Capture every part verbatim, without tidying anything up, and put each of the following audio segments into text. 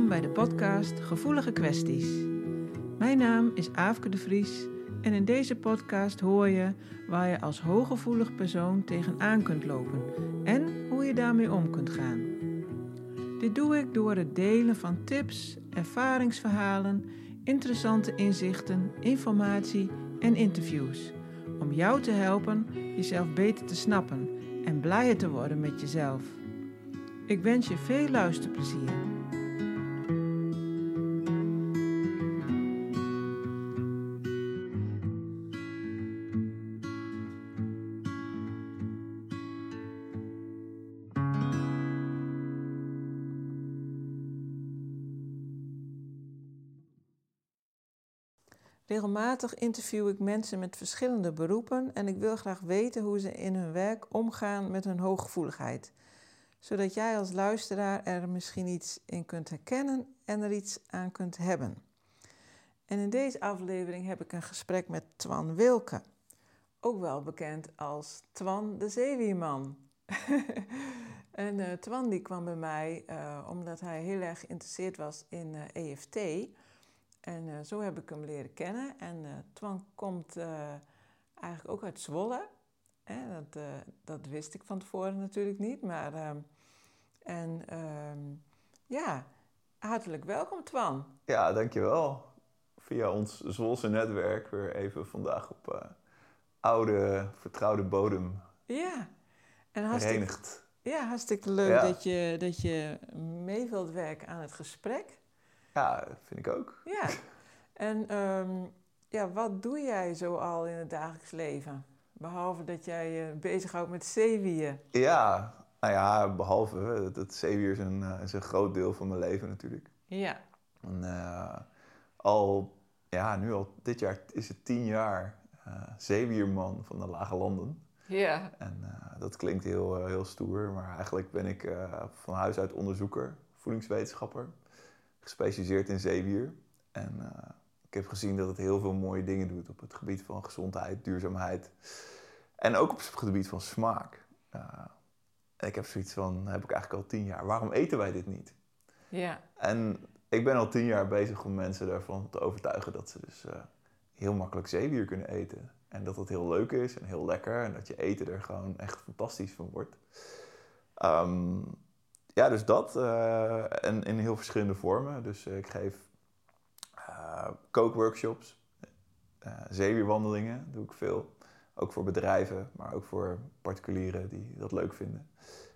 bij de podcast Gevoelige Kwesties. Mijn naam is Aafke de Vries en in deze podcast hoor je waar je als hooggevoelig persoon tegenaan kunt lopen en hoe je daarmee om kunt gaan. Dit doe ik door het delen van tips, ervaringsverhalen, interessante inzichten, informatie en interviews. Om jou te helpen jezelf beter te snappen en blijer te worden met jezelf. Ik wens je veel luisterplezier. Regelmatig interview ik mensen met verschillende beroepen en ik wil graag weten hoe ze in hun werk omgaan met hun hooggevoeligheid. Zodat jij als luisteraar er misschien iets in kunt herkennen en er iets aan kunt hebben. En in deze aflevering heb ik een gesprek met Twan Wilke. Ook wel bekend als Twan de Zeewierman. en uh, Twan die kwam bij mij uh, omdat hij heel erg geïnteresseerd was in uh, E F T. En uh, zo heb ik hem leren kennen. En uh, Twan komt uh, eigenlijk ook uit Zwolle. Hè? Dat, uh, dat wist ik van tevoren natuurlijk niet. Maar, uh, en uh, ja, hartelijk welkom Twan. Ja, dankjewel. Via ons Zwolse netwerk weer even vandaag op uh, oude, vertrouwde bodem ja. En hartstikke, herenigd. Ja, hartstikke leuk ja. dat, je, dat je mee wilt werken aan het gesprek. Ja, vind ik ook. Ja, en um, ja, wat doe jij zo al in het dagelijks leven? Behalve dat jij je bezighoudt met zeewier. Ja, nou ja, behalve. Dat zeewier is een, uh, is een groot deel van mijn leven natuurlijk. Ja. En, uh, al, ja, nu al dit jaar is het tien jaar uh, zeewierman van de Lage Landen. Ja. En uh, dat klinkt heel, uh, heel stoer, maar eigenlijk ben ik uh, van huis uit onderzoeker, voedingswetenschapper. Gespecialiseerd in zeewier. En uh, ik heb gezien dat het heel veel mooie dingen doet op het gebied van gezondheid, duurzaamheid. En ook op het gebied van smaak. Uh, en ik heb zoiets van, heb ik eigenlijk al tien jaar, waarom eten wij dit niet? Ja. En ik ben al tien jaar bezig om mensen ervan te overtuigen dat ze dus uh, heel makkelijk zeewier kunnen eten. En dat het heel leuk is en heel lekker en dat je eten er gewoon echt fantastisch van wordt. Um, Ja, dus dat. Uh, en in heel verschillende vormen. Dus uh, ik geef uh, kookworkshops, uh, zeewierwandelingen doe ik veel. Ook voor bedrijven, maar ook voor particulieren die dat leuk vinden.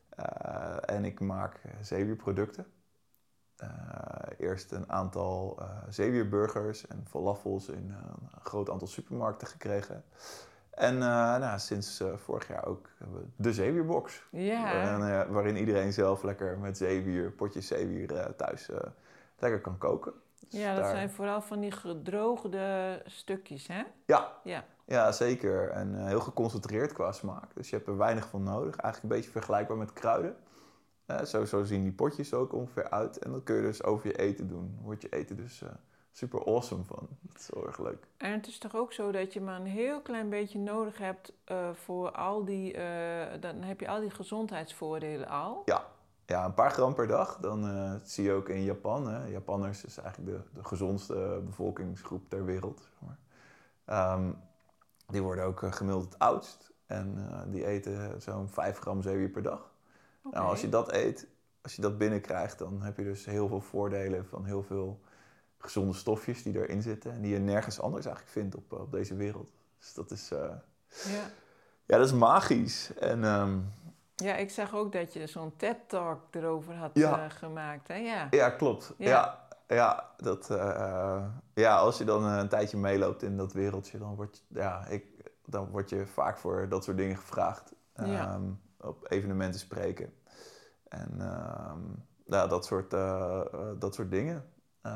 Uh, en ik maak zeewierproducten. Uh, eerst een aantal uh, zeewierburgers en falafels in uh, een groot aantal supermarkten gekregen. En uh, nou, sinds uh, vorig jaar ook hebben we de zeewierbox. Ja. Waarin, uh, waarin iedereen zelf lekker met zeewier, potjes zeewier uh, thuis uh, lekker kan koken. Dus ja, dat daar... zijn vooral van die gedroogde stukjes, hè? Ja, ja. ja zeker. En uh, heel geconcentreerd qua smaak. Dus je hebt er weinig van nodig. Eigenlijk een beetje vergelijkbaar met kruiden. Uh, zo, zo zien die potjes ook ongeveer uit. En dat kun je dus over je eten doen. Dan wordt je eten dus... Uh, super awesome van. Dat is heel erg leuk. En het is toch ook zo dat je maar een heel klein beetje nodig hebt uh, voor al die... Uh, dan heb je al die gezondheidsvoordelen al. Ja, ja een paar gram per dag. Dan uh, dat zie je ook in Japan. Hè. Japanners is eigenlijk de, de gezondste bevolkingsgroep ter wereld. Zeg maar. um, die worden ook uh, gemiddeld het oudst. En uh, die eten zo'n vijf gram zeewier per dag. Okay. Nou, als je dat eet, als je dat binnenkrijgt, dan heb je dus heel veel voordelen van heel veel... gezonde stofjes die erin zitten en die je nergens anders eigenlijk vindt op, op deze wereld. Dus dat is, uh, ja. ja, dat is magisch. En, um, ja, ik zag ook dat je zo'n TED-talk erover had ja. uh, gemaakt. Hè? Ja. ja, klopt. Ja. Ja, ja, dat, uh, ja, als je dan een tijdje meeloopt in dat wereldje, dan word je, ja, ik, dan word je vaak voor dat soort dingen gevraagd. Um, ja. Op evenementen spreken. En um, ja, dat soort, uh, uh, dat soort dingen.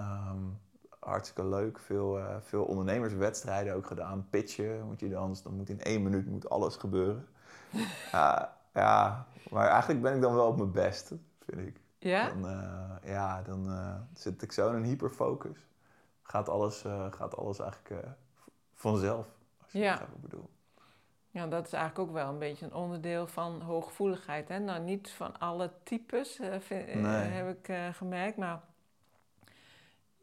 Um, hartstikke leuk. Veel, uh, veel ondernemerswedstrijden ook gedaan. Pitchen moet je dan. Dus dan moet in één minuut moet alles gebeuren. uh, ja, maar eigenlijk ben ik dan wel op mijn best, vind ik. Ja? Dan, uh, ja, dan uh, zit ik zo in een hyperfocus. Gaat alles, uh, gaat alles eigenlijk uh, vanzelf, als je ja. dat even bedoelt. Ja, dat is eigenlijk ook wel een beetje een onderdeel van hooggevoeligheid. Hè? Nou, niet van alle types, uh, vind, uh, nee. heb ik uh, gemerkt, maar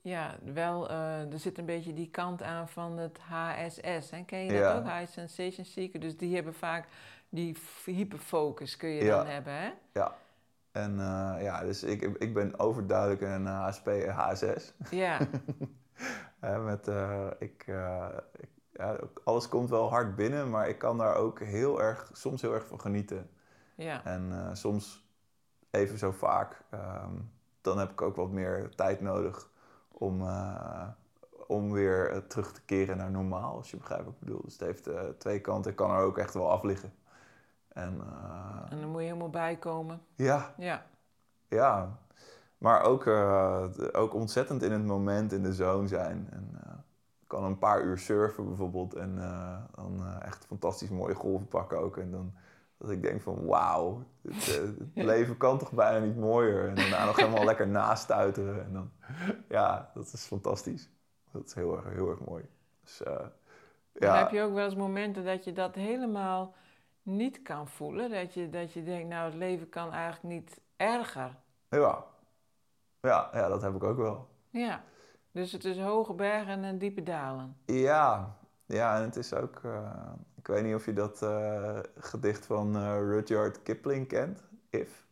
ja, wel, uh, er zit een beetje die kant aan van het H S S. Hè? Ken je Ja. dat ook? High Sensation Seeker. Dus die hebben vaak die hyperfocus kun je ja. dan hebben, hè? Ja. En uh, ja, dus ik, ik ben overduidelijk een H S P H S S. Ja. uh, met, uh, ik, uh, ik, ja, alles komt wel hard binnen, maar ik kan daar ook heel erg, soms heel erg van genieten. Ja. En uh, soms even zo vaak, um, dan heb ik ook wat meer tijd nodig om, uh, om weer uh, terug te keren naar normaal, als je begrijpt wat ik bedoel. Dus het heeft uh, twee kanten, ik kan er ook echt wel af liggen. En, uh, en dan moet je helemaal bijkomen. Ja. Ja. Ja. Maar ook, uh, ook ontzettend in het moment, in de zone zijn. En, uh, ik kan een paar uur surfen bijvoorbeeld en uh, dan uh, echt fantastisch mooie golven pakken ook. En dan dat ik denk van wauw, het, uh, het leven kan toch bijna niet mooier. En daarna nog helemaal lekker nastuiteren. En dan, ja, dat is fantastisch. Dat is heel erg, heel erg mooi. Dus, uh, ja. Dan heb je ook wel eens momenten dat je dat helemaal niet kan voelen. Dat je, dat je denkt, nou het leven kan eigenlijk niet erger. Ja. Ja, ja, dat heb ik ook wel. Ja, dus het is hoge bergen en diepe dalen. Ja, ja en het is ook... Uh, ik weet niet of je dat uh, gedicht van uh, Rudyard Kipling kent, If.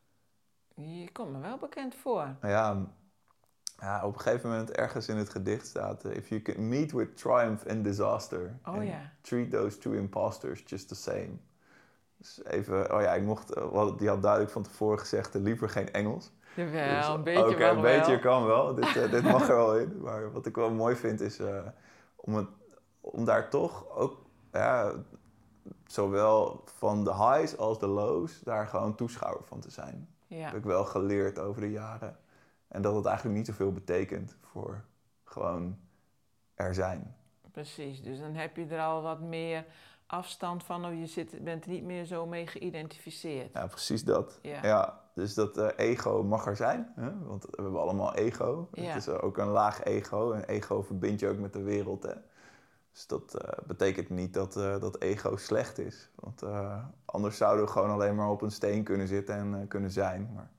Je komt me wel bekend voor. Ja, ja, op een gegeven moment ergens in het gedicht staat... Uh, If you can meet with triumph and disaster... Oh and ja. treat those two imposters just the same. Dus even... Oh ja, ik mocht... Uh, die had duidelijk van tevoren gezegd... Uh, liever geen Engels. Jawel, dus, een beetje okay, wel. Een beetje kan wel. Dit, uh, dit mag er wel in. Maar wat ik wel mooi vind is... Uh, om, het, om daar toch ook... Ja, zowel van de highs als de lows... daar gewoon toeschouwer van te zijn. Ja. Dat heb ik wel geleerd over de jaren. En dat het eigenlijk niet zoveel betekent... voor gewoon er zijn. Precies, dus dan heb je er al wat meer afstand van... of je zit, bent er niet meer zo mee geïdentificeerd. Ja, precies dat. Ja. Ja, dus dat uh, ego mag er zijn. Hè? Want we hebben allemaal ego. Ja. Het is uh, ook een laag ego. En ego verbindt je ook met de wereld. Hè? Dus dat uh, betekent niet dat, uh, dat ego slecht is. Want uh, anders zouden we gewoon alleen maar op een steen kunnen zitten en uh, kunnen zijn. Maar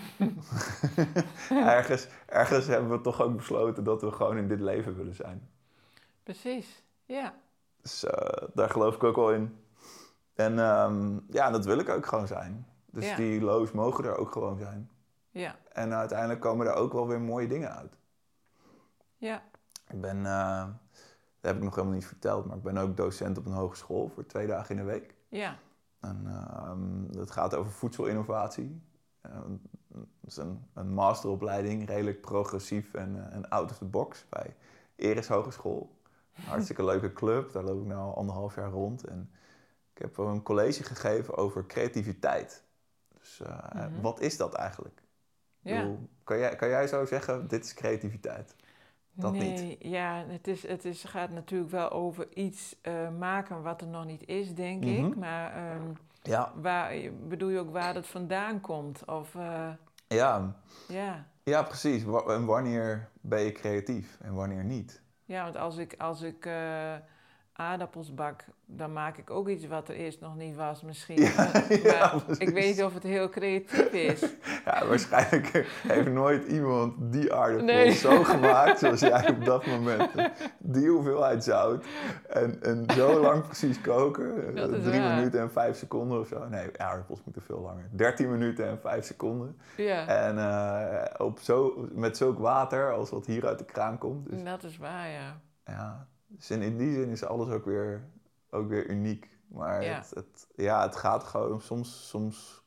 ergens, ergens hebben we toch ook besloten dat we gewoon in dit leven willen zijn. Precies, ja. Dus uh, daar geloof ik ook wel in. En um, ja, dat wil ik ook gewoon zijn. Dus ja. die lows mogen er ook gewoon zijn. Ja. En uiteindelijk komen er ook wel weer mooie dingen uit. Ja. Ik ben, uh, dat heb ik nog helemaal niet verteld, maar ik ben ook docent op een hogeschool voor twee dagen in de week. Ja. En uh, dat gaat over voedselinnovatie. Uh, dat is een, een masteropleiding, redelijk progressief en, uh, en out of the box bij Eris Hogeschool. Een hartstikke leuke club, daar loop ik nu al anderhalf jaar rond. En ik heb een college gegeven over creativiteit. Dus uh, mm-hmm. wat is dat eigenlijk? Ja. Bedoel, kan, jij, kan jij zo zeggen, dit is creativiteit? Dat nee, niet. Ja, het, is, het is, gaat natuurlijk wel over iets uh, maken wat er nog niet is, denk mm-hmm. ik. Maar um, ja. waar, bedoel je ook waar het vandaan komt? Of, uh, ja. ja. Ja, precies. En wanneer ben je creatief en wanneer niet? Ja, want als ik, als ik uh, aardappels bak, dan maak ik ook iets wat er eerst nog niet was misschien. Ja, maar ja, ik weet niet of het heel creatief is. Ja, waarschijnlijk heeft nooit iemand die aardappels nee. zo gemaakt zoals jij op dat moment. Die hoeveelheid zout en, en zo lang precies koken. Drie waar. minuten en vijf seconden of zo. Nee, aardappels moeten veel langer. Dertien minuten en vijf seconden. Ja. En uh, op zo, met zulk water als wat hier uit de kraan komt. Dus, dat is waar, ja. Ja, dus in, in die zin is alles ook weer, ook weer uniek. Maar ja. Het, het, ja, het gaat gewoon soms... soms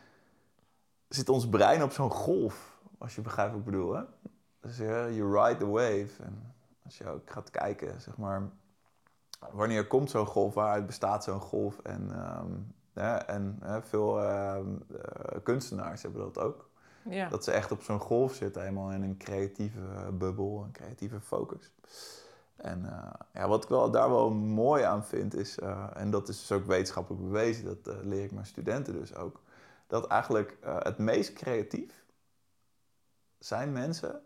zit ons brein op zo'n golf, als je begrijpt wat ik bedoel, hè? Dus ja, you ride the wave. En als je ook gaat kijken, zeg maar, wanneer komt zo'n golf, waaruit bestaat zo'n golf? En, um, ja, en ja, veel uh, uh, kunstenaars hebben dat ook. Ja. Dat ze echt op zo'n golf zitten, helemaal in een creatieve bubbel, een creatieve focus. En uh, ja, wat ik wel, daar wel mooi aan vind is, uh, en dat is dus ook wetenschappelijk bewezen, dat uh, leer ik mijn studenten dus ook, dat eigenlijk uh, het meest creatief zijn mensen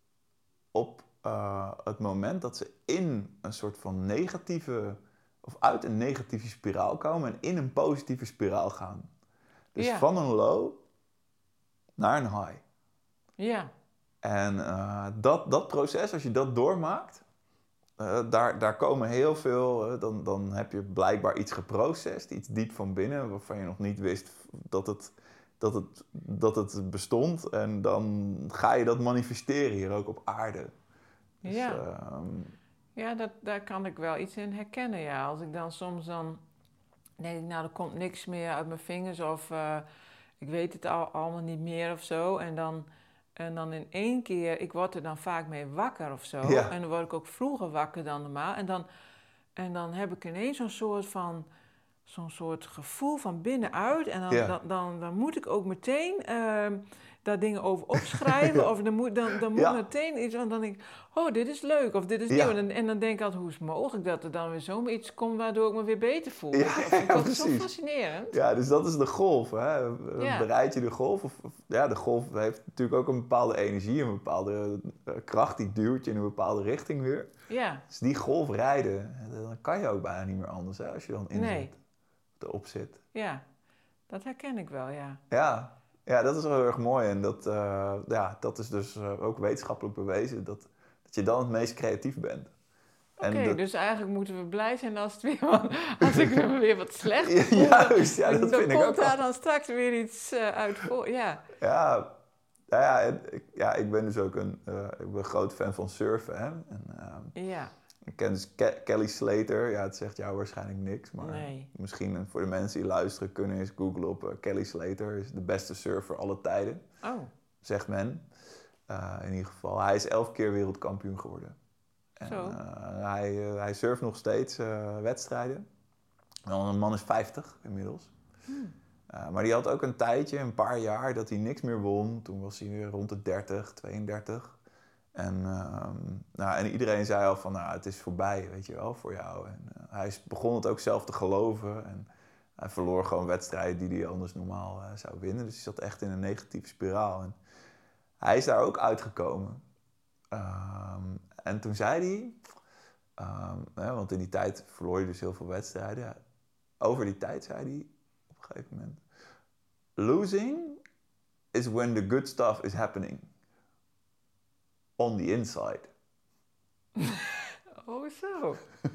op uh, het moment dat ze in een soort van negatieve, of uit een negatieve spiraal komen en in een positieve spiraal gaan. Dus ja. van een low naar een high. Ja. En uh, dat, dat proces, als je dat doormaakt, uh, daar, daar komen heel veel... Uh, dan, dan heb je blijkbaar iets geprocessed, iets diep van binnen... waarvan je nog niet wist dat het, dat het, dat het bestond. En dan ga je dat manifesteren hier ook op aarde. Dus, ja, uh, ja dat, daar kan ik wel iets in herkennen, ja. Als ik dan soms dan denk ik, nou, er komt niks meer uit mijn vingers... of uh, ik weet het al, allemaal niet meer of zo. En dan, en dan in één keer, ik word er dan vaak mee wakker of zo. Ja. En dan word ik ook vroeger wakker dan normaal. En dan, en dan heb ik ineens zo'n soort van... zo'n soort gevoel van binnenuit. En dan, Ja. dan, dan, dan moet ik ook meteen uh, daar dingen over opschrijven. Ja. Of dan moet, dan, dan moet Ja. meteen iets... Want dan denk ik, oh, dit is leuk. Of dit is Ja. nieuw. En, en dan denk ik altijd, hoe is het mogelijk dat er dan weer zomaar iets komt... waardoor ik me weer beter voel. Ja, Of, ik ja, vond het zo precies. fascinerend. Ja, dus dat is de golf. Hè? Ja. Bereid je de golf? Of, of, ja, de golf heeft natuurlijk ook een bepaalde energie... een bepaalde uh, kracht die duwt je in een bepaalde richting weer. Ja. Dus die golf rijden, dan kan je ook bijna niet meer anders... Hè? Als je dan inzet, Nee. erop zit. Ja, dat herken ik wel, ja. Ja, ja, dat is wel heel erg mooi. En dat, uh, ja, dat is dus uh, ook wetenschappelijk bewezen... dat, dat je dan het meest creatief bent. Oké, okay, dat... dus eigenlijk moeten we blij zijn als, het weer wat, als ik weer wat slecht voel. Juist, ja, dat dan vind ik ook. Dan komt daar dan straks weer iets uh, uit voor, ja. Ja, nou ja, ik, ja, ik ben dus ook een, uh, ik ben een groot fan van surfen. Hè? En, uh, ja. Ik ken dus Ke- Kelly Slater. Ja, het zegt jou waarschijnlijk niks. Maar nee. misschien voor de mensen die luisteren kunnen eens googlen op uh, Kelly Slater. Is de beste surfer aller tijden. Oh. Zegt men. Uh, in ieder geval, hij is elf keer wereldkampioen geworden. En, Zo. Uh, hij, uh, hij surft nog steeds uh, wedstrijden. Wel, een man is vijftig inmiddels. Hmm. Uh, maar die had ook een tijdje, een paar jaar, dat hij niks meer won. Toen was hij weer rond de dertig, tweeëndertig. En, uh, nou, en iedereen zei al van, nou, het is voorbij, weet je wel, voor jou. En uh, hij begon het ook zelf te geloven. En hij verloor gewoon wedstrijden die hij anders normaal uh, zou winnen. Dus hij zat echt in een negatieve spiraal. En hij is daar ook uitgekomen. Um, en toen zei hij, um, hè, want in die tijd verloor je dus heel veel wedstrijden. Over die tijd zei hij op een gegeven moment... Losing is when the good stuff is happening. On the inside. Oh, zo.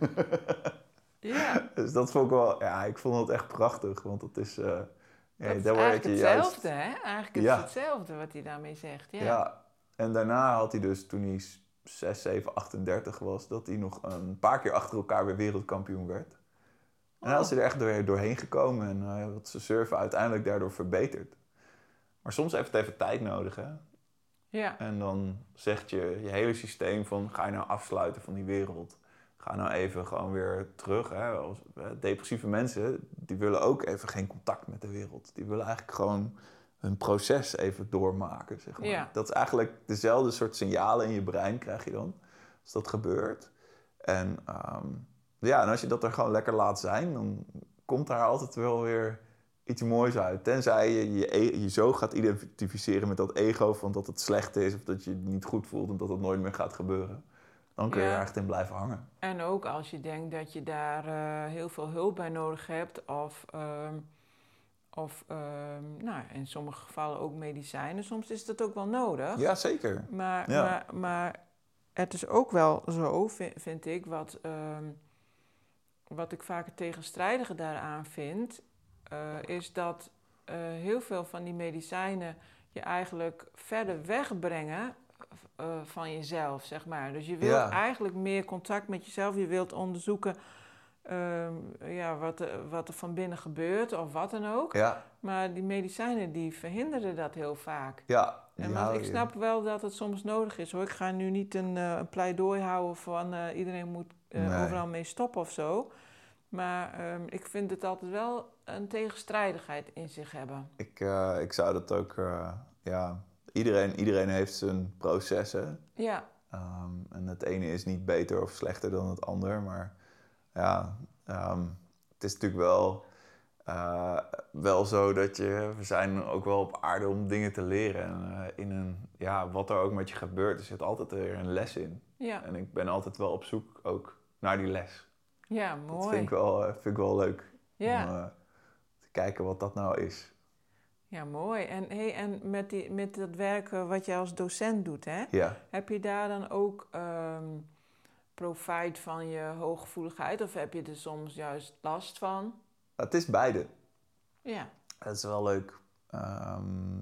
Ja. Dus dat vond ik wel... Ja, ik vond het echt prachtig. Want het is... Uh, ja, dat is eigenlijk hetzelfde, juist... hè? Eigenlijk is ja. het hetzelfde wat hij daarmee zegt. Ja. ja. En daarna had hij dus, toen hij zes, zeven, achtendertig was... dat hij nog een paar keer achter elkaar weer wereldkampioen werd. En oh. dan was hij er echt door, doorheen gekomen. En uh, had zijn surfen uiteindelijk daardoor verbeterd. Maar soms heeft het even tijd nodig, hè? Ja. En dan zegt je, je hele systeem van... ga je nou afsluiten van die wereld. Ga nou even gewoon weer terug. Hè? Als, eh, depressieve mensen, die willen ook even geen contact met de wereld. Die willen eigenlijk gewoon hun proces even doormaken, zeg maar. Ja. Dat is eigenlijk dezelfde soort signalen in je brein krijg je dan. Als dat gebeurt. En, um, ja, en als je dat er gewoon lekker laat zijn... dan komt daar altijd wel weer... iets moois uit. Tenzij je je, je zo gaat identificeren met dat ego... van dat het slecht is of dat je het niet goed voelt... en dat het nooit meer gaat gebeuren. Dan kun je ja. er echt in blijven hangen. En ook als je denkt dat je daar uh, heel veel hulp bij nodig hebt... of, um, of um, nou, in sommige gevallen ook medicijnen. Soms is dat ook wel nodig. Ja, zeker. Maar, ja. maar, maar het is ook wel zo, vind, vind ik... Wat, um, wat ik vaak het tegenstrijdige daaraan vind... Uh, is dat uh, heel veel van die medicijnen je eigenlijk verder wegbrengen uh, van jezelf, zeg maar. Dus je wilt ja. eigenlijk meer contact met jezelf. Je wilt onderzoeken uh, ja, wat, er, wat er van binnen gebeurt of wat dan ook. Ja. Maar die medicijnen die verhinderen dat heel vaak. Ja. En maar ik snap wel dat het soms nodig is, hoor. Ik ga nu niet een, uh, een pleidooi houden van uh, iedereen moet uh, nee. overal mee stoppen of zo. Maar um, ik vind het altijd wel een tegenstrijdigheid in zich hebben. Ik, uh, ik zou dat ook... Uh, ja, iedereen, iedereen heeft zijn processen. Ja. Um, en het ene is niet beter of slechter dan het ander. Maar ja, um, het is natuurlijk wel, uh, wel zo dat je... We zijn ook wel op aarde om dingen te leren. En uh, in een, ja, wat er ook met je gebeurt, er zit altijd weer een les in. Ja. En ik ben altijd wel op zoek ook naar die les. Ja, mooi. Dat vind ik wel, vind ik wel leuk. Ja. Om uh, te kijken wat dat nou is. Ja, mooi. En, hey, en met, die, met dat werk eh, wat je als docent doet, hè? Ja. Heb je daar dan ook ehm profijt van je hooggevoeligheid? Of heb je er soms juist last van? Het is beide. Ja. Dat is wel leuk. Ehm,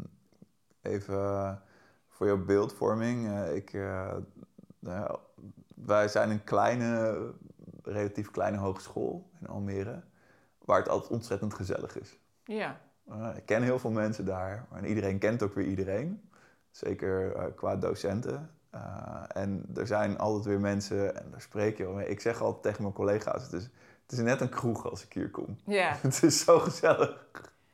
even voor jouw beeldvorming. Uh, ik, uh, nou, wij zijn een kleine, relatief kleine hogeschool in Almere, waar het altijd ontzettend gezellig is. Ja. Uh, ik ken heel veel mensen daar, en iedereen kent ook weer iedereen. Zeker uh, qua docenten. Uh, en er zijn altijd weer mensen, en daar spreek je al mee. Ik zeg altijd tegen mijn collega's, het is, het is net een kroeg als ik hier kom. Ja. Het is zo gezellig.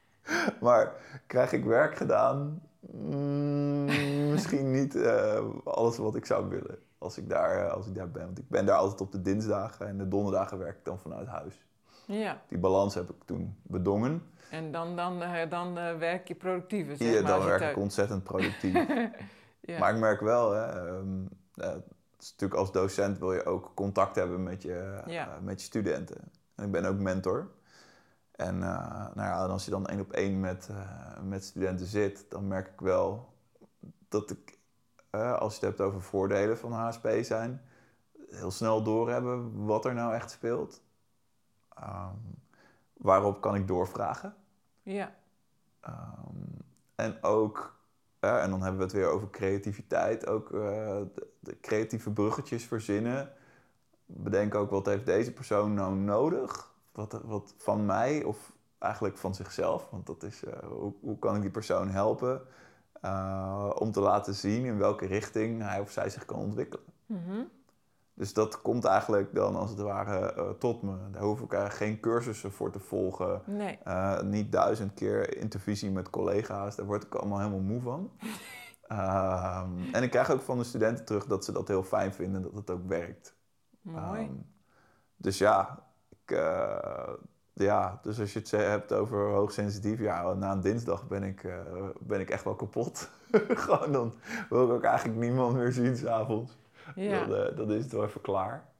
Maar krijg ik werk gedaan? Mm, misschien niet uh, alles wat ik zou willen als ik, daar, uh, als ik daar ben. Want ik ben daar altijd op de dinsdagen en de donderdagen werk ik dan vanuit huis. Ja. Die balans heb ik toen bedongen. En dan, dan, uh, dan uh, werk je productiever, zeg Ja, maar. dan als werk je ik ontzettend productief. Ja. Maar ik merk wel, hè, um, uh, het is natuurlijk als docent wil je ook contact hebben met je, Ja. uh, met je studenten. En ik ben ook mentor. En uh, nou ja, als je dan één op één met, uh, met studenten zit, dan merk ik wel dat ik, uh, als je het hebt over voordelen van H S P zijn, heel snel doorhebben wat er nou echt speelt. Um, waarop kan ik doorvragen. Ja. Um, en ook, uh, en dan hebben we het weer over creativiteit, ook uh, de, de creatieve bruggetjes verzinnen. Bedenk ook, wat heeft deze persoon nou nodig? Wat, wat van mij of eigenlijk van zichzelf? Want dat is, uh, hoe, hoe kan ik die persoon helpen uh, om te laten zien in welke richting hij of zij zich kan ontwikkelen? Mm-hmm. Dus dat komt eigenlijk dan als het ware uh, tot me. Daar hoef ik eigenlijk geen cursussen voor te volgen. Nee. Uh, niet duizend keer intervisie met collega's. Daar word ik allemaal helemaal moe van. uh, en ik krijg ook van de studenten terug dat ze dat heel fijn vinden, dat het ook werkt. Mooi. Um, dus ja, ik, uh, ja, dus als je het hebt over hoogsensitief, ja, na een dinsdag ben ik, uh, ben ik echt wel kapot. Gewoon, dan wil ik ook eigenlijk niemand meer zien 's avonds. Ja. Dan, uh, dan is het wel even klaar.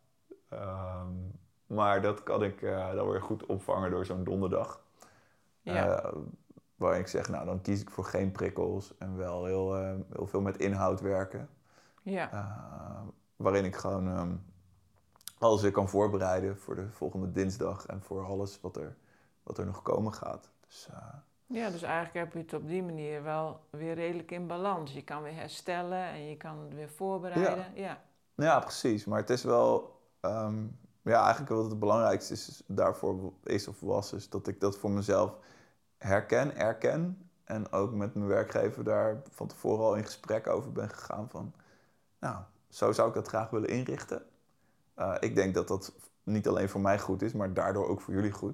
Um, maar dat kan ik uh, dan weer goed opvangen door zo'n donderdag. Ja. Uh, waarin ik zeg, nou, dan kies ik voor geen prikkels en wel heel, uh, heel veel met inhoud werken. Ja. Uh, waarin ik gewoon um, alles weer kan voorbereiden voor de volgende dinsdag en voor alles wat er, wat er nog komen gaat. Dus, uh, Ja, dus eigenlijk heb je het op die manier wel weer redelijk in balans. Je kan weer herstellen en je kan het weer voorbereiden. Ja, ja. ja precies. Maar het is wel, um, ja, eigenlijk wat het belangrijkste is daarvoor is of was, is dat ik dat voor mezelf herken, erken. En ook met mijn werkgever daar van tevoren al in gesprek over ben gegaan van, nou, zo zou ik dat graag willen inrichten. Uh, ik denk dat dat niet alleen voor mij goed is, maar daardoor ook voor jullie goed.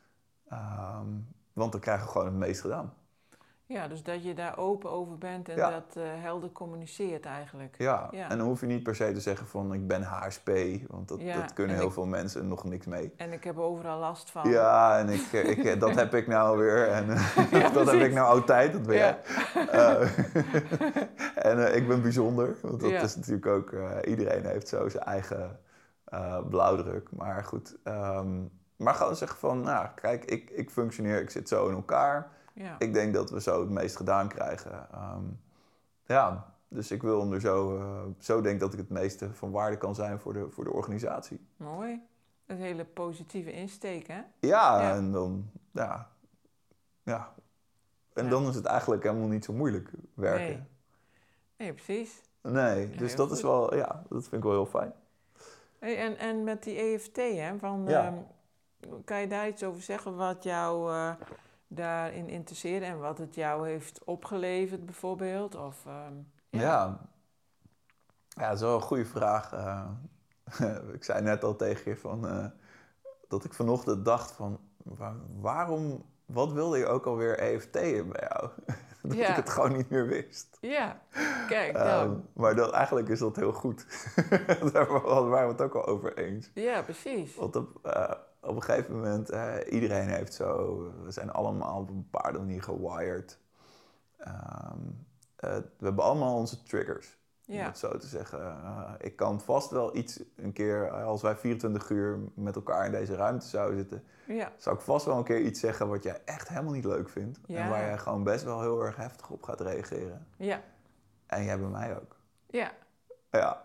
Um, want dan krijgen we gewoon het meest gedaan. Ja, dus dat je daar open over bent en ja. dat uh, helder communiceert eigenlijk. Ja. ja, en dan hoef je niet per se te zeggen van ik ben H S P, want dat, ja, dat kunnen heel ik, veel mensen nog niks mee. En ik heb overal last van. Ja, en ik, ik, dat heb ik nou weer en ja, dat heb ik nou altijd, dat ben ja. jij. Uh, en uh, ik ben bijzonder, want dat ja. is natuurlijk ook, uh, iedereen heeft zo zijn eigen uh, blauwdruk. Maar goed, um, maar gewoon zeggen van, nou kijk, ik, ik functioneer, ik zit zo in elkaar. Ja. Ik denk dat we zo het meest gedaan krijgen. Um, ja, dus ik wil hem er zo, uh, zo denk dat ik het meeste van waarde kan zijn voor de, voor de organisatie. Mooi. Een hele positieve insteek, hè? Ja, ja. en dan, ja, ja. En ja. dan is het eigenlijk helemaal niet zo moeilijk werken. Nee, nee precies. Nee, dus ja, dat goed. is wel, ja, dat vind ik wel heel fijn. Hey, en, en met die E F T, hè, van, ja. um, kan je daar iets over zeggen wat jou uh, daarin interesseerde en wat het jou heeft opgeleverd bijvoorbeeld? Of, um, ja. ja. Ja, dat is wel een goede vraag. Uh, ik zei net al tegen je van, uh, dat ik vanochtend dacht van, waar, waarom, wat wilde je ook alweer E F T'en bij jou? dat ja. ik het gewoon niet meer wist. Ja, kijk dan. Um, maar dat, eigenlijk is dat heel goed. Daar waren we het ook al over eens. Ja, precies. Want op, uh, op een gegeven moment, uh, iedereen heeft zo, we zijn allemaal op een bepaalde manier gewired. Um, uh, we hebben allemaal onze triggers. om Ja. het zo te zeggen. Uh, ik kan vast wel iets een keer, als wij vierentwintig uur met elkaar in deze ruimte zouden zitten, Ja. zou ik vast wel een keer iets zeggen wat jij echt helemaal niet leuk vindt. Ja. En waar jij gewoon best wel heel erg heftig op gaat reageren. Ja. En jij bij mij ook. Ja. Ja.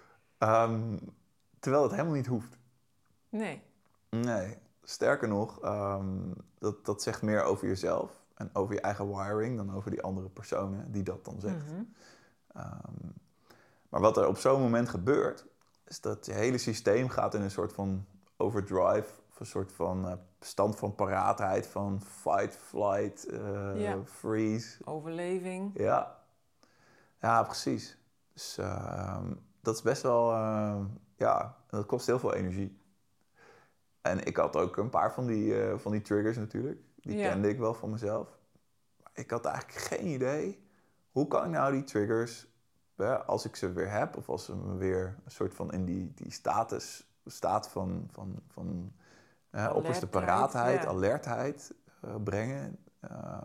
Um, terwijl het helemaal niet hoeft. Nee. Nee. Sterker nog, um, dat, dat zegt meer over jezelf en over je eigen wiring dan over die andere personen die dat dan zegt. Mm-hmm. Um, maar wat er op zo'n moment gebeurt, is dat je hele systeem gaat in een soort van overdrive, of een soort van uh, stand van paraatheid, van fight, flight, uh, ja. freeze. Overleving. Ja, ja precies. Dus uh, dat is best wel, uh, ja, dat kost heel veel energie. En ik had ook een paar van die, uh, van die triggers natuurlijk. Die ja. kende ik wel van mezelf. Maar ik had eigenlijk geen idee, hoe kan ik nou die triggers, hè, als ik ze weer heb, of als ze me weer een soort van in die, die status, staat van, van, van uh, opperste paraatheid, ja. alertheid uh, brengen. Uh,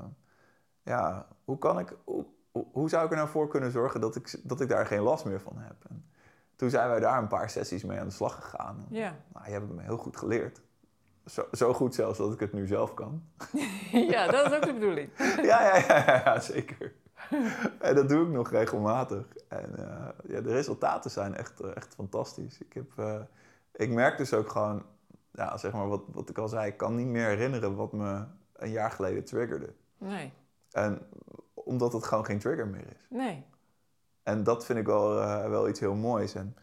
ja, hoe kan ik, hoe, hoe, hoe zou ik er nou voor kunnen zorgen dat ik, dat ik daar geen last meer van heb? En toen zijn wij daar een paar sessies mee aan de slag gegaan. Ja. Nou, je hebt me heel goed geleerd. Zo, zo goed zelfs dat ik het nu zelf kan. Ja, dat is ook de bedoeling. ja, ja, ja, ja, ja, zeker. En dat doe ik nog regelmatig. En uh, ja, de resultaten zijn echt, uh, echt fantastisch. Ik, heb, uh, ik merk dus ook gewoon, ja, zeg maar wat, wat ik al zei, ik kan niet meer herinneren wat me een jaar geleden triggerde. Nee. En omdat het gewoon geen trigger meer is. Nee. En dat vind ik wel, uh, wel iets heel moois. En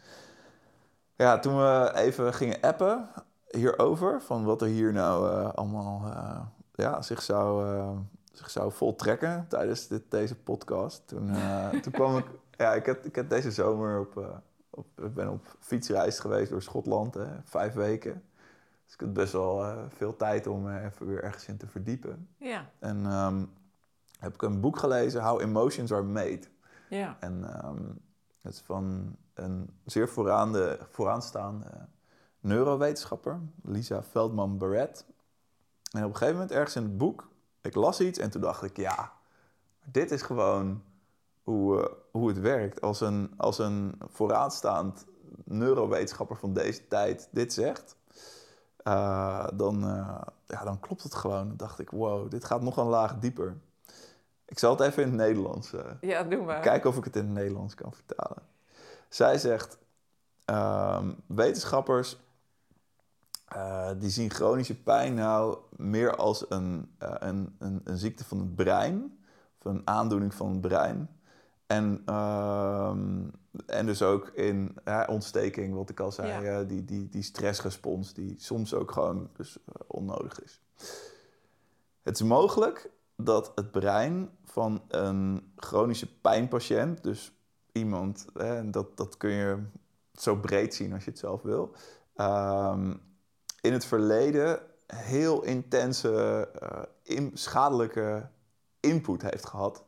ja, toen we even gingen appen hierover, van wat er hier nou uh, allemaal uh, ja, zich, zou, uh, zich zou voltrekken tijdens dit, deze podcast. Toen, uh, toen kwam ik, ja, ik heb, ik heb deze zomer op, uh, op, ik ben op fietsreis geweest door Schotland, hè, vijf weken. Dus ik had best wel uh, veel tijd om uh, even weer ergens in te verdiepen. Ja. En um, heb ik een boek gelezen, How Emotions Are Made. Ja. En um, het is van een zeer vooraande, vooraanstaande neurowetenschapper, Lisa Feldman Barrett. En op een gegeven moment ergens in het boek, ik las iets en toen dacht ik, ja, dit is gewoon hoe, uh, hoe het werkt. Als een, als een vooraanstaand neurowetenschapper van deze tijd dit zegt, uh, dan, uh, ja, dan klopt het gewoon. Dan dacht ik, wow, dit gaat nog een laag dieper. Ik zal het even in het Nederlands uh, ja, doe maar. kijken of ik het in het Nederlands kan vertalen. Zij zegt, uh, wetenschappers uh, die zien chronische pijn nou meer als een, uh, een, een, een ziekte van het brein, of een aandoening van het brein. En, uh, en dus ook in uh, ontsteking, wat ik al zei, ja. uh, die, die, die stressrespons die soms ook gewoon dus, uh, onnodig is. Het is mogelijk dat het brein van een chronische pijnpatiënt, dus iemand, hè, dat, dat kun je zo breed zien als je het zelf wil, um, in het verleden heel intense, uh, in, schadelijke input heeft gehad.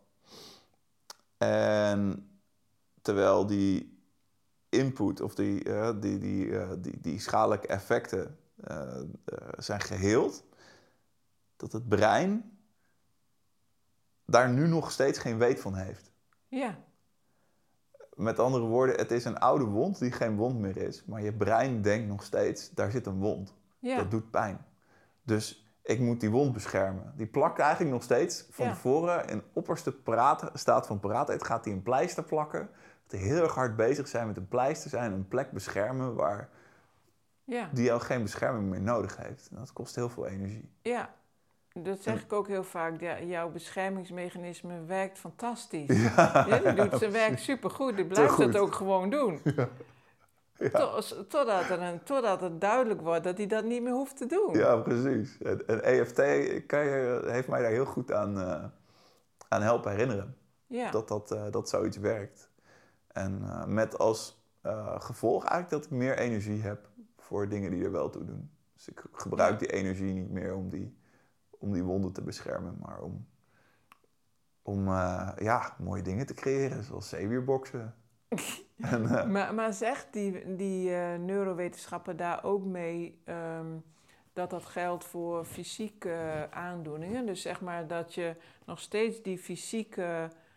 En terwijl die input of die, uh, die, die, uh, die, die schadelijke effecten uh, uh, zijn geheeld, dat het brein daar nu nog steeds geen weet van heeft. Ja. Met andere woorden, het is een oude wond die geen wond meer is. Maar je brein denkt nog steeds, daar zit een wond. Ja. Dat doet pijn. Dus ik moet die wond beschermen. Die plakt eigenlijk nog steeds van ja. tevoren in opperste paraat, staat van paraatheid. Gaat hij een pleister plakken. Dat hij heel erg hard bezig zijn met een pleister zijn. Een plek beschermen waar ja. die al geen bescherming meer nodig heeft. En dat kost heel veel energie. Ja. Dat zeg ik ook heel vaak. Ja, jouw beschermingsmechanisme werkt fantastisch. Ja, ja, die doet zijn werk supergoed. Die blijft het ook gewoon doen. Ja. Ja. Tot, totdat, er een, totdat het duidelijk wordt dat hij dat niet meer hoeft te doen. Ja, precies. En, en E F T kan je, heeft mij daar heel goed aan, uh, aan helpen herinneren. Ja. Dat, dat, uh, dat zoiets werkt. En uh, met als uh, gevolg eigenlijk dat ik meer energie heb voor dingen die er wel toe doen. Dus ik gebruik ja. die energie niet meer om die... om die wonden te beschermen, maar om, om uh, ja, mooie dingen te creëren, zoals zeewierboxen. en, uh, maar, maar zegt die, die uh, neurowetenschapper daar ook mee um, dat dat geldt voor fysieke uh, aandoeningen? Dus zeg maar dat je nog steeds die fysieke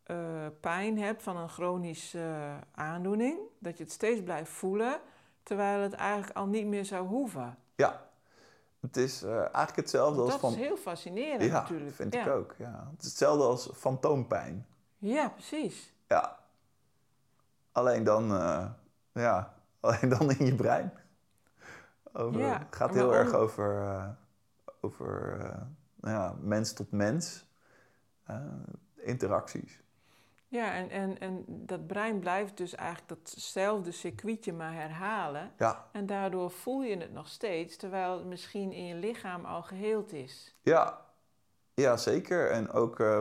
uh, pijn hebt van een chronische uh, aandoening, dat je het steeds blijft voelen, terwijl het eigenlijk al niet meer zou hoeven. Ja, het is uh, eigenlijk hetzelfde Want als... Dat van... is heel fascinerend ja, natuurlijk. Ja, vind ja. ik ook. Ja. Het is hetzelfde als fantoompijn. Ja, precies. Ja. Alleen dan, uh, ja, alleen dan in je brein. Over, ja, het gaat heel om... erg over, uh, over uh, ja, mens tot mens. Uh, interacties. Ja, en, en, en dat brein blijft dus eigenlijk datzelfde circuitje maar herhalen. Ja. En daardoor voel je het nog steeds, terwijl het misschien in je lichaam al geheeld is. Ja, ja zeker. En ook uh,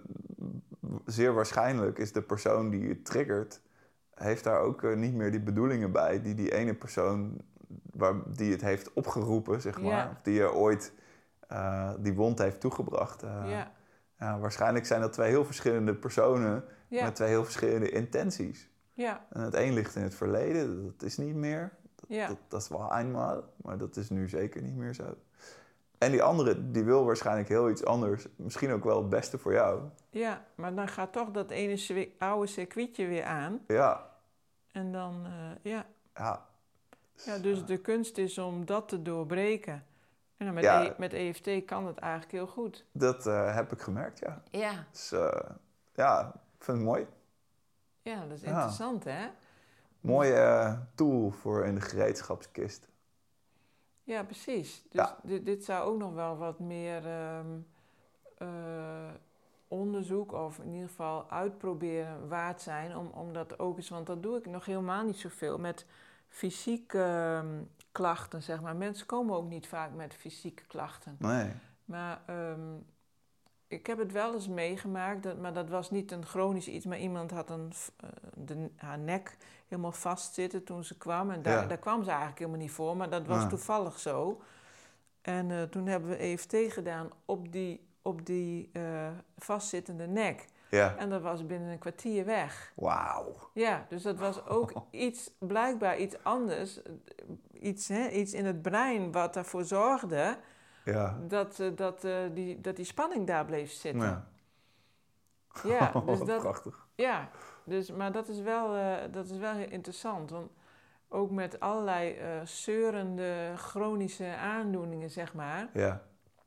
zeer waarschijnlijk is de persoon die je triggert, heeft daar ook uh, niet meer die bedoelingen bij die die ene persoon waar, die het heeft opgeroepen, zeg maar, ja. of die je ooit uh, die wond heeft toegebracht. Uh, ja. Ja, waarschijnlijk zijn dat twee heel verschillende personen ja. met twee heel verschillende intenties. Ja. En het een ligt in het verleden, dat is niet meer. Dat, ja. dat, dat is wel eenmaal, maar dat is nu zeker niet meer zo. En die andere, die wil waarschijnlijk heel iets anders. Misschien ook wel het beste voor jou. Ja, maar dan gaat toch dat ene oude circuitje weer aan. Ja. En dan, uh, ja. Ja. Ja, dus de kunst is om dat te doorbreken. En dan met, ja, e- met E F T kan het eigenlijk heel goed. Dat uh, heb ik gemerkt, ja. Ja. Dus uh, ja, ik vind het mooi. Ja, dat is interessant, ja. hè? Mooie uh, tool voor in de gereedschapskist. Ja, precies. Dus ja. dit, dit zou ook nog wel wat meer um, uh, onderzoek of in ieder geval uitproberen waard zijn. Om, om dat ook eens, want dat doe ik nog helemaal niet zoveel met fysieke um, klachten, zeg maar. Mensen komen ook niet vaak met fysieke klachten. Nee. Maar um, ik heb het wel eens meegemaakt, dat, maar dat was niet een chronisch iets, maar iemand had een, uh, de, haar nek helemaal vastzitten toen ze kwam. En daar, ja. daar kwam ze eigenlijk helemaal niet voor, maar dat was ja. toevallig zo. En uh, toen hebben we E F T gedaan op die, op die uh, vastzittende nek. Ja. En dat was binnen een kwartier weg. Wauw. Ja, dus dat was ook iets, blijkbaar iets anders. Iets, hè, iets in het brein wat ervoor zorgde ja. dat, uh, dat, uh, die, dat die spanning daar bleef zitten. Ja, ja dus dat, prachtig. Ja, dus, maar dat is, wel, uh, dat is wel heel interessant. Want ook met allerlei uh, zeurende chronische aandoeningen, zeg maar... Ja.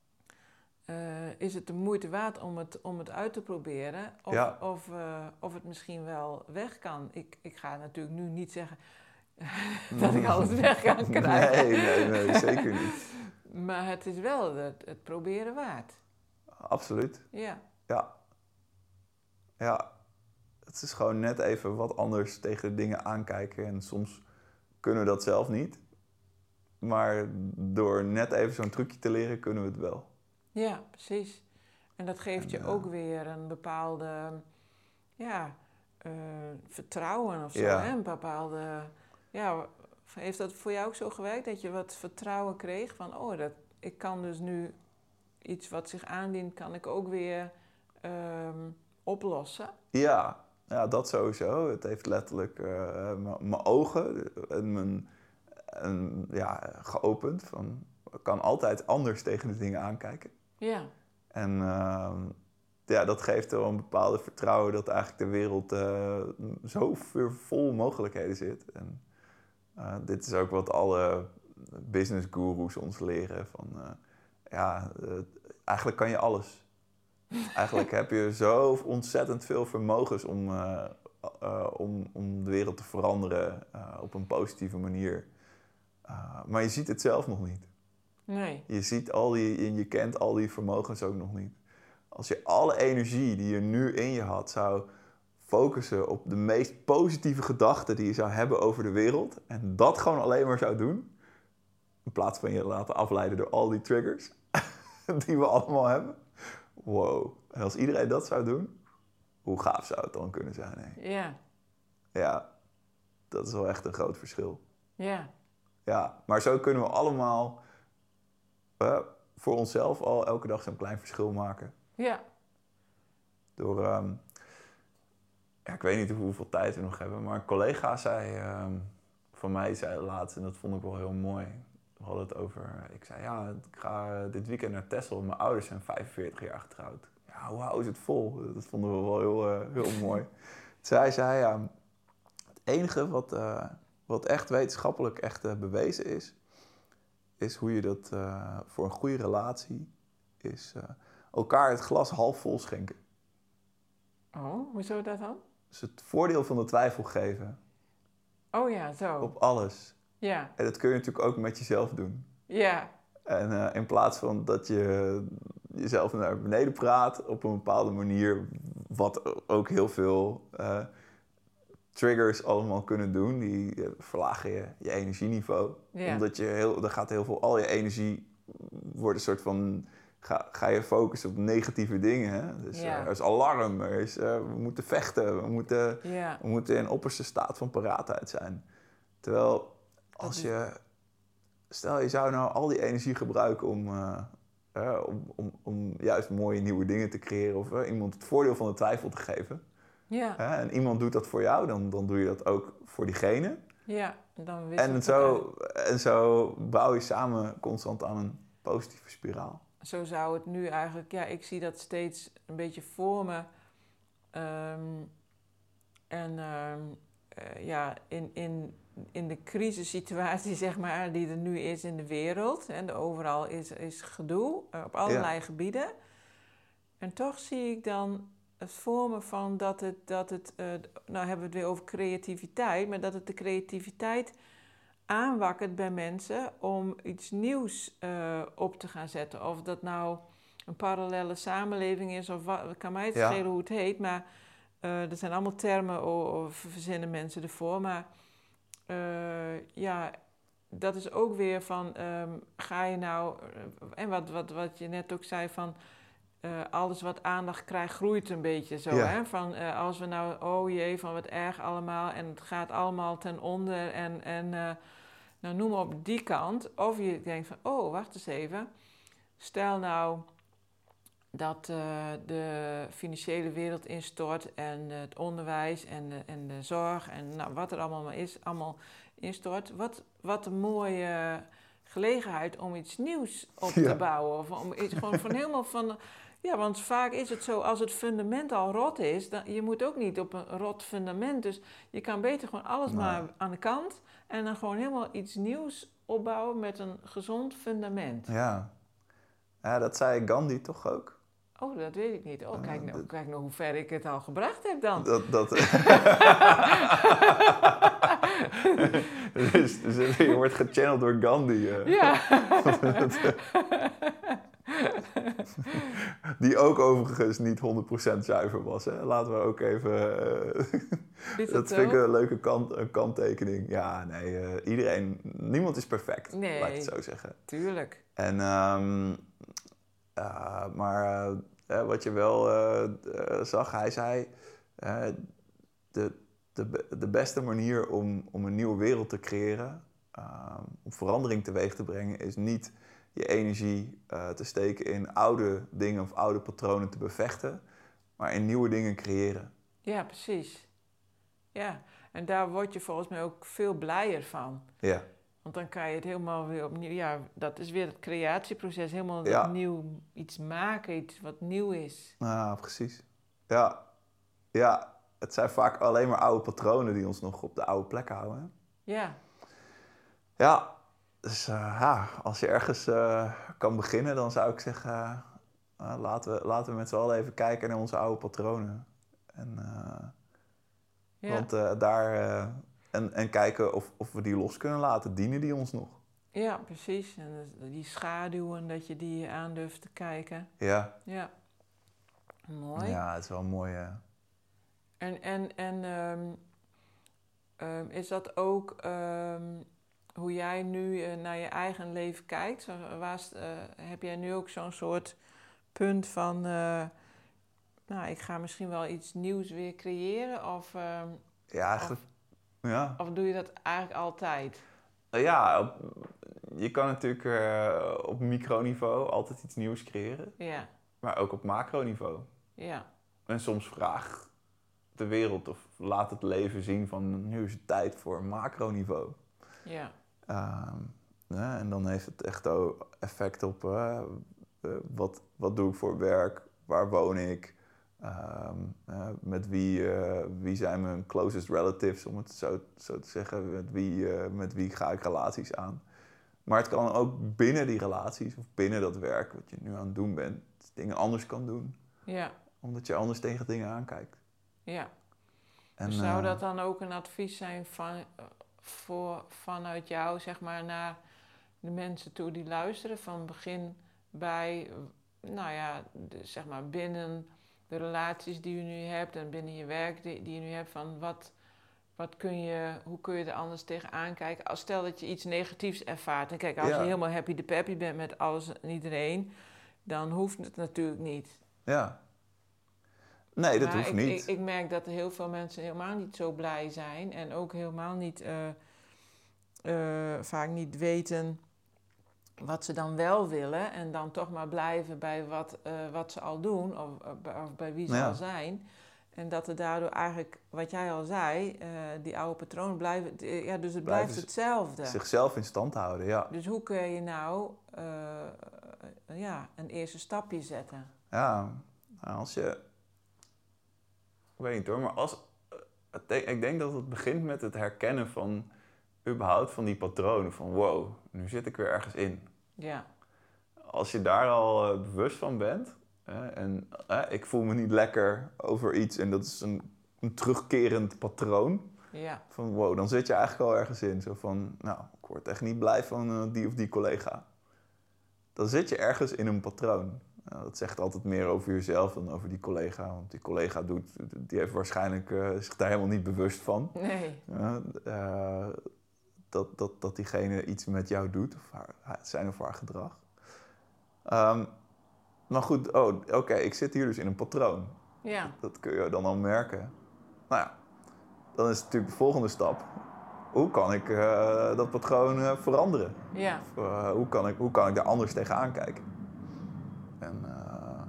Uh, is het de moeite waard om het, om het uit te proberen of, ja. of, uh, of het misschien wel weg kan. Ik, ik ga natuurlijk nu niet zeggen dat ik alles weg kan krijgen. Nee, nee, nee, zeker niet. Maar het is wel het, het proberen waard. Absoluut. Ja. Ja. Ja. Het is gewoon net even wat anders tegen de dingen aankijken. En soms kunnen we dat zelf niet. Maar door net even zo'n trucje te leren, kunnen we het wel. Ja, precies. En dat geeft en, je uh, ook weer een bepaalde ja, uh, vertrouwen of zo. Ja. Hè? Een bepaalde... Ja, heeft dat voor jou ook zo gewerkt? Dat je wat vertrouwen kreeg van... oh, dat, ik kan dus nu iets wat zich aandient... kan ik ook weer um, oplossen? Ja. ja, dat sowieso. Het heeft letterlijk uh, mijn ogen en mijn, en, ja, geopend. Van, ik kan altijd anders tegen de dingen aankijken. Ja. En uh, ja, dat geeft er een bepaalde vertrouwen dat eigenlijk de wereld uh, zo vol mogelijkheden zit. En uh, dit is ook wat alle business gurus ons leren. Van, uh, ja, uh, eigenlijk kan je alles. Eigenlijk heb je zo ontzettend veel vermogens om, uh, uh, om, om de wereld te veranderen uh, op een positieve manier. Uh, maar je ziet het zelf nog niet. Nee. Je ziet al die, en je kent al die vermogens ook nog niet. Als je alle energie die je nu in je had zou focussen op de meest positieve gedachten die je zou hebben over de wereld en dat gewoon alleen maar zou doen, in plaats van je laten afleiden door al die triggers die we allemaal hebben. Wow. En als iedereen dat zou doen, hoe gaaf zou het dan kunnen zijn? Hè? Ja. Ja, dat is wel echt een groot verschil. Ja. Ja, maar zo kunnen we allemaal uh, voor onszelf al elke dag zo'n klein verschil maken. Ja. Door, um, ja, ik weet niet hoeveel tijd we nog hebben, maar een collega zei, um, van mij zei laatst, en dat vond ik wel heel mooi. We hadden het over, ik zei, ja, ik ga dit weekend naar Texel, mijn ouders zijn vijfenveertig jaar getrouwd. Ja, ja, hoe hou is het vol? Dat vonden we wel heel, uh, heel mooi. Zij zei, ja, het enige wat, uh, wat echt wetenschappelijk echt uh, bewezen is, is hoe je dat uh, voor een goede relatie is uh, elkaar het glas half vol schenken. Oh, hoezo dat dan? Dus het voordeel van de twijfel geven. Oh ja, zo. Op alles. Ja. En dat kun je natuurlijk ook met jezelf doen. Ja. En uh, in plaats van dat je jezelf naar beneden praat op een bepaalde manier, wat ook heel veel uh, triggers allemaal kunnen doen, die uh, verlagen je, je energieniveau. Ja. Omdat je heel, dan gaat heel veel, al je energie wordt een soort van, ga, ga je focussen op negatieve dingen. Hè? Dus ja. uh, er is alarm, er is, uh, we moeten vechten, we moeten, ja. we moeten in opperste staat van paraatheid zijn. Terwijl als je, stel je zou nou al die energie gebruiken om, uh, uh, om, om, om juist mooie nieuwe dingen te creëren of uh, iemand het voordeel van de twijfel te geven. Ja. Uh, en iemand doet dat voor jou, dan, dan doe je dat ook voor diegene. Ja, dan en zo, en zo bouw je samen constant aan een positieve spiraal. Zo zou het nu eigenlijk, ja, ik zie dat steeds een beetje voor me. Um, en um, uh, ja, in, in, in de crisissituatie, zeg maar, die er nu is in de wereld. En overal is, is gedoe, uh, op allerlei ja. gebieden. En toch zie ik dan het voor me van dat het, dat het uh, nou hebben we het weer over creativiteit, maar dat het de creativiteit aanwakkert bij mensen om iets nieuws uh, op te gaan zetten. Of dat nou een parallele samenleving is, of wat, kan mij het schelen ja. hoe het heet, maar uh, er zijn allemaal termen of verzinnen mensen ervoor. Maar uh, ja, dat is ook weer van, um, ga je nou, uh, en wat, wat, wat je net ook zei van, uh, alles wat aandacht krijgt groeit een beetje zo. Ja. Hè? Van uh, als we nou, oh jee, van wat erg allemaal en het gaat allemaal ten onder en, en uh, nou noem maar op die kant. Of je denkt van, oh wacht eens even, stel nou dat uh, de financiële wereld instort en uh, het onderwijs en de, en de zorg en nou, wat er allemaal maar is, allemaal instort. Wat, wat een mooie gelegenheid om iets nieuws op ja. te bouwen. Of om iets gewoon van helemaal van... Ja, want vaak is het zo, als het fundament al rot is, dan, je moet ook niet op een rot fundament. Dus je kan beter gewoon alles nee. maar aan de kant en dan gewoon helemaal iets nieuws opbouwen met een gezond fundament. Ja, ja dat zei Gandhi toch ook? Oh, dat weet ik niet. Oh, kijk nou, kijk nou hoe ver ik het al gebracht heb dan. Dat, dat... dus, dus je wordt gechanneld door Gandhi. Uh. Ja. Die ook overigens niet honderd procent zuiver was. Hè? Laten we ook even... Uh, dat vind ik een leuke kant, een kanttekening. Ja, nee, uh, iedereen... Niemand is perfect, nee, laat ik het zo zeggen. Tuurlijk. En, um, uh, maar uh, wat je wel uh, uh, zag, hij zei... Uh, de, de, de beste manier om, om een nieuwe wereld te creëren... Uh, om verandering teweeg te brengen, is niet... je energie uh, te steken in oude dingen of oude patronen te bevechten, maar in nieuwe dingen creëren. Ja, precies. Ja, en daar word je volgens mij ook veel blijer van. Ja. Want dan kan je het helemaal weer opnieuw... Ja, dat is weer het creatieproces. Helemaal ja. opnieuw iets maken, iets wat nieuw is. Ja, precies. Ja. Ja, het zijn vaak alleen maar oude patronen die ons nog op de oude plek houden. Hè? Ja. Ja. Dus uh, ja, als je ergens uh, kan beginnen, dan zou ik zeggen... Uh, laten, we, laten we met z'n allen even kijken naar onze oude patronen. En, uh, ja. Want uh, daar... Uh, en, en kijken of, of we die los kunnen laten. Dienen die ons nog? Ja, precies. En die schaduwen, dat je die aan durft te kijken. Ja. Ja. Mooi. Ja, het is wel mooi. Uh... En, en, en um, um, is dat ook... Um, hoe jij nu uh, naar je eigen leven kijkt? Waar, uh, heb jij nu ook zo'n soort punt van... Uh, nou, ik ga misschien wel iets nieuws weer creëren? Of, uh, ja, eigenlijk... Of, ja. of doe je dat eigenlijk altijd? Uh, ja, op, je kan natuurlijk uh, op microniveau altijd iets nieuws creëren. Ja. Maar ook op macroniveau. Ja. En soms vraagt de wereld of laat het leven zien van... nu is het tijd voor macroniveau. Ja. Um, ja, en dan heeft het echt ook effect op uh, uh, wat, wat doe ik voor werk, waar woon ik? Um, uh, met wie, uh, wie zijn mijn closest relatives, om het zo, zo te zeggen. Met wie, uh, met wie ga ik relaties aan? Maar het kan ook binnen die relaties of binnen dat werk wat je nu aan het doen bent, dingen anders kan doen. Ja. Omdat je anders tegen dingen aankijkt. Ja. En, dus zou uh, dat dan ook een advies zijn van, uh, voor, vanuit jou, zeg maar, naar de mensen toe die luisteren? Van begin bij, nou ja, de, zeg maar binnen de relaties die je nu hebt en binnen je werk die, die je nu hebt, van wat, wat kun je, hoe kun je er anders tegenaan kijken? Als stel dat je iets negatiefs ervaart. En kijk, als ja. je helemaal happy de peppy bent met alles en iedereen, dan hoeft het natuurlijk niet. Ja. Nee, dat maar hoeft ik, niet. Ik, ik merk dat er heel veel mensen helemaal niet zo blij zijn en ook helemaal niet, uh, uh, vaak niet weten wat ze dan wel willen en dan toch maar blijven bij wat, uh, wat ze al doen of, of bij wie ze ja. al zijn. En dat er daardoor eigenlijk, wat jij al zei, uh, die oude patronen blijven, ja, dus het blijft Blijven hetzelfde. Zichzelf in stand houden, ja. Dus hoe kun je nou uh, uh, ja, een eerste stapje zetten? Ja, als je, ik weet niet hoor, maar als, ik denk dat het begint met het herkennen van, überhaupt van die patronen. Van wow, nu zit ik weer ergens in. Ja. Als je daar al uh, bewust van bent, hè, en uh, ik voel me niet lekker over iets en dat is een, een terugkerend patroon. Ja. Van wow, dan zit je eigenlijk al ergens in. Zo van, nou, ik word echt niet blij van uh, die of die collega. Dan zit je ergens in een patroon. Nou, dat zegt altijd meer over jezelf dan over die collega. Want die collega doet, die heeft waarschijnlijk uh, zich daar helemaal niet bewust van. Nee. Uh, uh, dat, dat, dat diegene iets met jou doet, of haar, zijn of haar gedrag. Um, maar goed, oh, oké, okay, ik zit hier dus in een patroon. Ja. Dat, dat kun je dan al merken. Nou ja, dan is natuurlijk de volgende stap. Hoe kan ik uh, dat patroon uh, veranderen? Ja. Of, uh, hoe, kan ik, hoe kan ik daar anders tegenaan kijken? En, uh,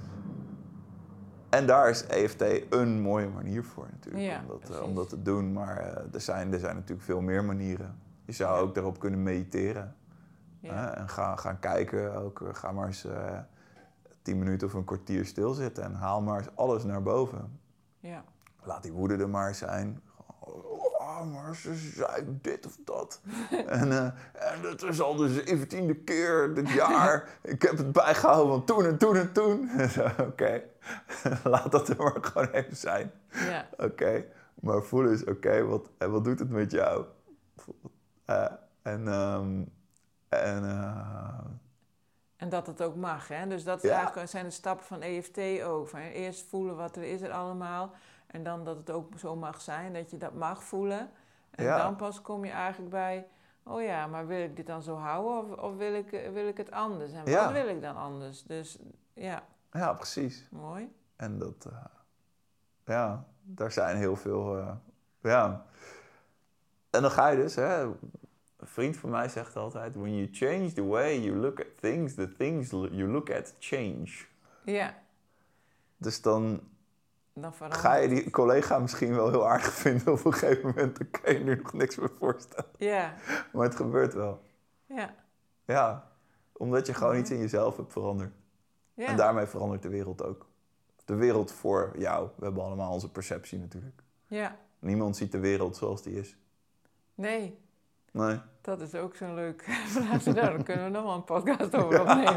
en daar is E F T een mooie manier voor natuurlijk, ja, om, dat, uh, om dat te doen. Maar uh, er, zijn, er zijn natuurlijk veel meer manieren. Je zou ook daarop kunnen mediteren. Ja. Hè? En ga, gaan kijken, ook, ga maar eens uh, tien minuten of een kwartier stilzitten en haal maar eens alles naar boven. Ja. Laat die woede er maar zijn. Oh, maar ze zei dit of dat. en, uh, en het is al de zeventiende keer dit jaar. Ik heb het bijgehouden van toen en toen en toen. Oké, okay. Laat dat er maar gewoon even zijn. Ja. Oké, okay. Maar voel eens, oké, okay, wat, wat doet het met jou? Uh, en, um, en, uh, en dat het ook mag, hè? Dus dat ja. eigenlijk zijn de stappen van E F T ook. Van eerst voelen wat er is er allemaal. En dan dat het ook zo mag zijn, dat je dat mag voelen. En ja. dan pas kom je eigenlijk bij, oh ja, maar wil ik dit dan zo houden of, of wil, ik, wil ik het anders? En ja. wat wil ik dan anders? Dus ja. Ja, precies. Mooi. En dat, uh, ja, daar zijn heel veel, uh, ja. En dan ga je dus, hè, een vriend van mij zegt altijd, when you change the way you look at things, the things you look at change. Ja. Dus dan... Dan ga je die collega misschien wel heel aardig vinden op een gegeven moment, dan kan je er nog niks meer voorstellen. Ja. Maar het gebeurt wel. Ja. Ja, omdat je gewoon ja. iets in jezelf hebt veranderd. Ja. En daarmee verandert de wereld ook. De wereld voor jou. We hebben allemaal onze perceptie natuurlijk. Ja. Niemand ziet de wereld zoals die is. Nee. Nee. Dat is ook zo'n leuk vraag. Nou, daar kunnen we nog wel een podcast over opnemen.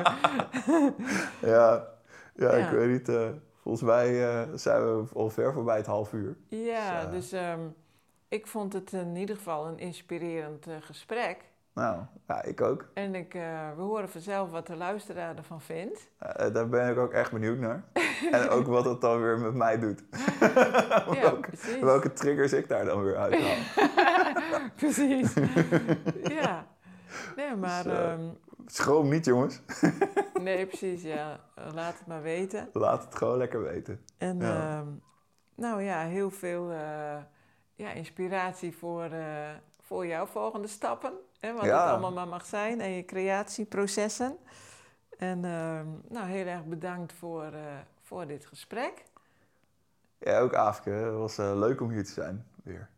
ja. Ja, ja, ik weet niet... Uh, Volgens mij uh, zijn we al ver voorbij het half uur. Ja, dus, uh, dus um, ik vond het in ieder geval een inspirerend uh, gesprek. Nou, ja, ik ook. En ik, uh, we horen vanzelf wat de luisteraar ervan vindt. Uh, daar ben ik ook echt benieuwd naar. En ook wat het dan weer met mij doet. ja, welke, precies. welke triggers ik daar dan weer uit haal. precies. ja. Nee, maar... Dus, uh, um, schroom niet, jongens. nee, precies, ja. Laat het maar weten. Laat het gewoon lekker weten. En ja. Uh, nou ja, heel veel uh, ja, inspiratie voor, uh, voor jouw volgende stappen. Hè, wat ja. het allemaal maar mag zijn. En je creatieprocessen. En uh, nou, heel erg bedankt voor, uh, voor dit gesprek. Ja, ook Aafke. Het was uh, leuk om hier te zijn, weer.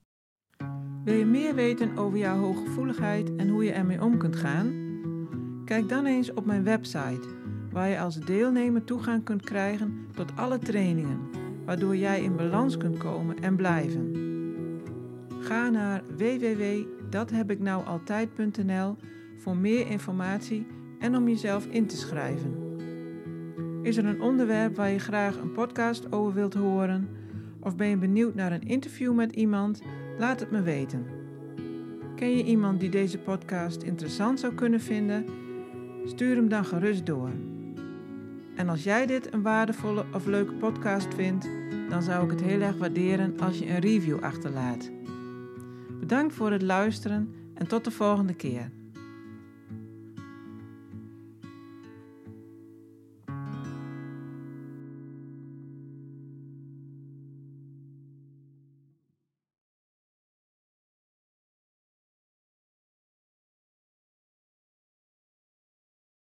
Wil je meer weten over jouw hooggevoeligheid en hoe je ermee om kunt gaan? Kijk dan eens op mijn website waar je als deelnemer toegang kunt krijgen tot alle trainingen, waardoor jij in balans kunt komen en blijven. Ga naar w w w punt dat heb ik nou altijd punt n l voor meer informatie en om jezelf in te schrijven. Is er een onderwerp waar je graag een podcast over wilt horen? Of ben je benieuwd naar een interview met iemand? Laat het me weten. Ken je iemand die deze podcast interessant zou kunnen vinden? Stuur hem dan gerust door. En als jij dit een waardevolle of leuke podcast vindt, dan zou ik het heel erg waarderen als je een review achterlaat. Bedankt voor het luisteren en tot de volgende keer.